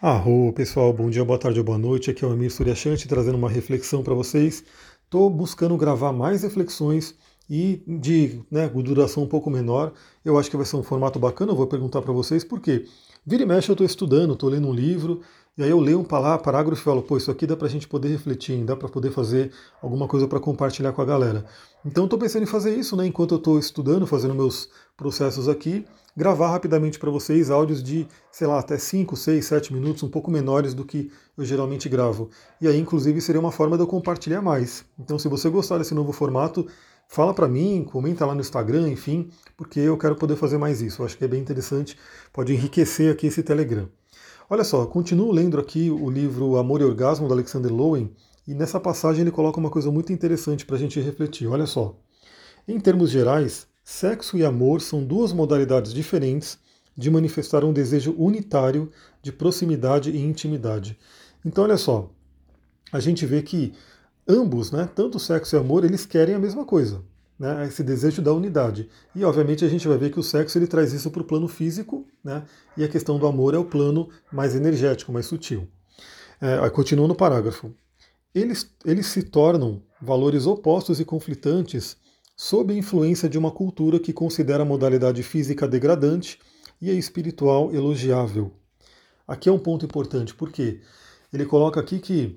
Arro, pessoal, bom dia, boa tarde ou boa noite. Aqui é o Amir Suryashanti trazendo uma reflexão para vocês. Estou buscando gravar mais reflexões e de duração um pouco menor. Eu acho que vai ser um formato bacana. Eu vou perguntar para vocês por quê. Vira e mexe, eu estou estudando, estou lendo um livro, e aí eu leio um parágrafo e falo, pô, isso aqui dá para a gente poder refletir, dá para poder fazer alguma coisa para compartilhar com a galera. Então estou pensando em fazer isso, né, enquanto eu estou estudando, fazendo meus processos aqui, gravar rapidamente para vocês áudios de, sei lá, até 5, 6, 7 minutos, um pouco menores do que eu geralmente gravo. E aí, inclusive, seria uma forma de eu compartilhar mais. Então, se você gostar desse novo formato, fala para mim, comenta lá no Instagram, enfim, porque eu quero poder fazer mais isso. Eu acho que é bem interessante, pode enriquecer aqui esse Telegram. Olha só, continuo lendo aqui o livro Amor e Orgasmo, do Alexander Lowen, e nessa passagem ele coloca uma coisa muito interessante para a gente refletir. Olha só. Em termos gerais, sexo e amor são duas modalidades diferentes de manifestar um desejo unitário de proximidade e intimidade. Então, olha só, a gente vê que ambos, né, tanto sexo e amor, eles querem a mesma coisa, né, esse desejo da unidade. E, obviamente, a gente vai ver que o sexo ele traz isso para o plano físico, né, e a questão do amor é o plano mais energético, mais sutil. Continua no parágrafo. Eles se tornam valores opostos e conflitantes sob a influência de uma cultura que considera a modalidade física degradante e a espiritual elogiável. Aqui é um ponto importante, porque ele coloca aqui que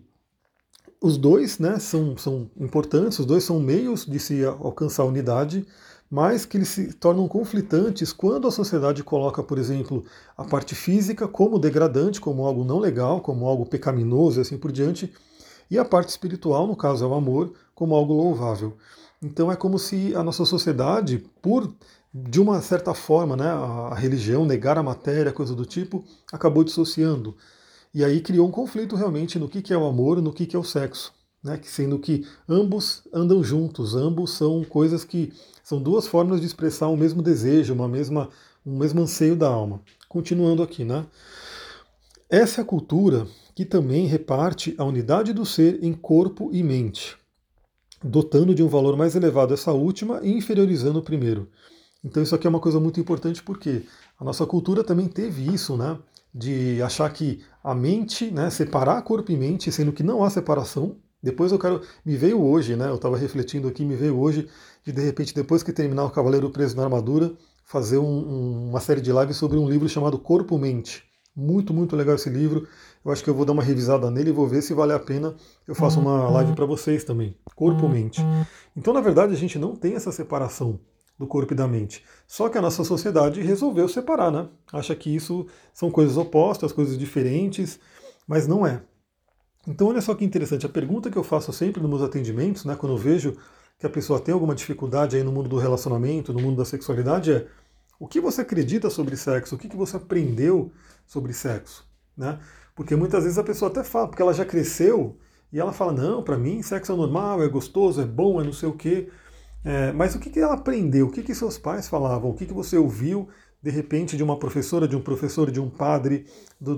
os dois, né, são importantes, os dois são meios de se alcançar a unidade, mas que eles se tornam conflitantes quando a sociedade coloca, por exemplo, a parte física como degradante, como algo não legal, como algo pecaminoso e assim por diante, e a parte espiritual, no caso é o amor, como algo louvável. Então é como se a nossa sociedade, por de uma certa forma, né, a religião, negar a matéria, coisa do tipo, acabou dissociando. E aí criou um conflito realmente no que é o amor, no que é o sexo. Né, sendo que ambos andam juntos, ambos são coisas que são duas formas de expressar o mesmo desejo, um mesmo anseio da alma. Continuando aqui, né? Essa é a cultura que também reparte a unidade do ser em corpo e mente, dotando de um valor mais elevado essa última e inferiorizando o primeiro. Então isso aqui é uma coisa muito importante porque a nossa cultura também teve isso, né? De achar que a mente, né, separar corpo e mente, sendo que não há separação. Depois eu quero. Me veio hoje, né? Eu estava refletindo aqui, me veio hoje de repente, depois que terminar o Cavaleiro Preso na Armadura, fazer uma série de lives sobre um livro chamado Corpo-Mente. Muito, muito legal esse livro. Eu acho que eu vou dar uma revisada nele e vou ver se vale a pena. Eu faço uma live para vocês também. Corpo-mente. Então, na verdade, a gente não tem essa separação do corpo e da mente. Só que a nossa sociedade resolveu separar, né? Acha que isso são coisas opostas, coisas diferentes, mas não é. Então, olha só que interessante. A pergunta que eu faço sempre nos meus atendimentos, né, quando eu vejo que a pessoa tem alguma dificuldade aí no mundo do relacionamento, no mundo da sexualidade, é o que você acredita sobre sexo? O que você aprendeu sobre sexo? Né? Porque muitas vezes a pessoa até fala, porque ela já cresceu e ela fala, não, para mim sexo é normal, é gostoso, é bom, é não sei o quê. Mas o que ela aprendeu? O que seus pais falavam? O que você ouviu, de repente, de uma professora, de um professor, de um padre,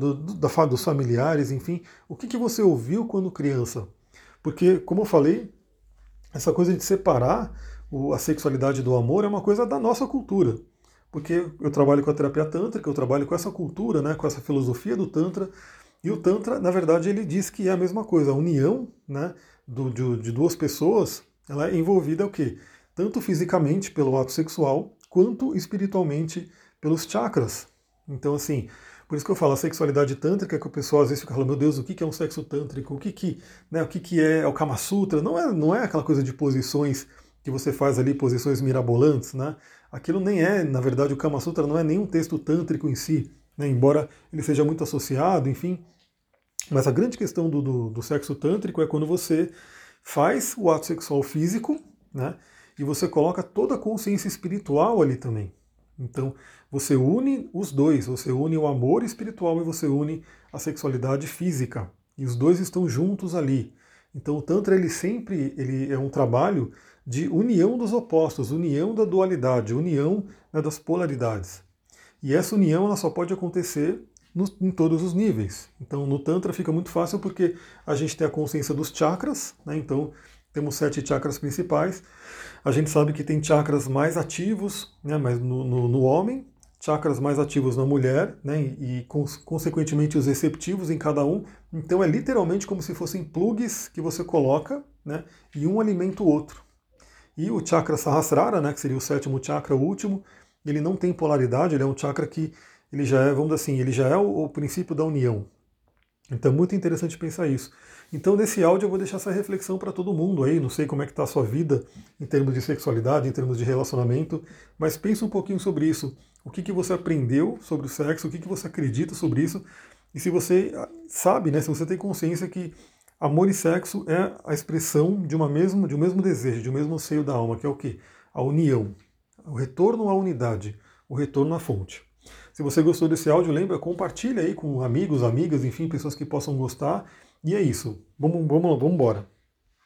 dos familiares, enfim? O que você ouviu quando criança? Porque, como eu falei, essa coisa de separar a sexualidade do amor é uma coisa da nossa cultura. Porque eu trabalho com a terapia tântrica, eu trabalho com essa cultura, né, com essa filosofia do Tantra, e o Tantra, na verdade, ele diz que é a mesma coisa. A união, né, de duas pessoas, ela é envolvida o quê? Tanto fisicamente pelo ato sexual, quanto espiritualmente pelos chakras. Então, assim, por isso que eu falo, a sexualidade tântrica, que o pessoal às vezes fica falando, meu Deus, o que é um sexo tântrico? O que é o Kama Sutra? Não é aquela coisa de posições que você faz ali, posições mirabolantes, né? Aquilo nem é, na verdade, o Kama Sutra não é nem um texto tântrico em si, né? Embora ele seja muito associado, enfim. Mas a grande questão do sexo tântrico é quando você faz o ato sexual físico, né? E você coloca toda a consciência espiritual ali também. Então, você une os dois, você une o amor espiritual e você une a sexualidade física. E os dois estão juntos ali. Então, o Tantra, ele é um trabalho de união dos opostos, união da dualidade, união, né, das polaridades. E essa união ela só pode acontecer em todos os níveis. Então, no Tantra fica muito fácil porque a gente tem a consciência dos chakras, né? Então, temos 7 chakras principais. A gente sabe que tem chakras mais ativos, né, mas no homem, chakras mais ativos na mulher, né, e consequentemente os receptivos em cada um. Então é literalmente como se fossem plugs que você coloca, né, e um alimenta o outro. E o chakra Sahasrara, né, que seria o sétimo chakra, o último, ele não tem polaridade, ele é um chakra que ele já é, vamos dizer assim, ele já é o princípio da união. Então é muito interessante pensar isso. Então nesse áudio eu vou deixar essa reflexão para todo mundo aí, não sei como é que está a sua vida em termos de sexualidade, em termos de relacionamento, mas pensa um pouquinho sobre isso. O que você aprendeu sobre o sexo, o que você acredita sobre isso, e se você sabe, né, se você tem consciência que amor e sexo é a expressão de um mesmo desejo, de um mesmo seio da alma, que é o quê? A união, o retorno à unidade, o retorno à fonte. Se você gostou desse áudio, lembra, compartilha aí com amigos, amigas, enfim, pessoas que possam gostar. E é isso. Vamos embora.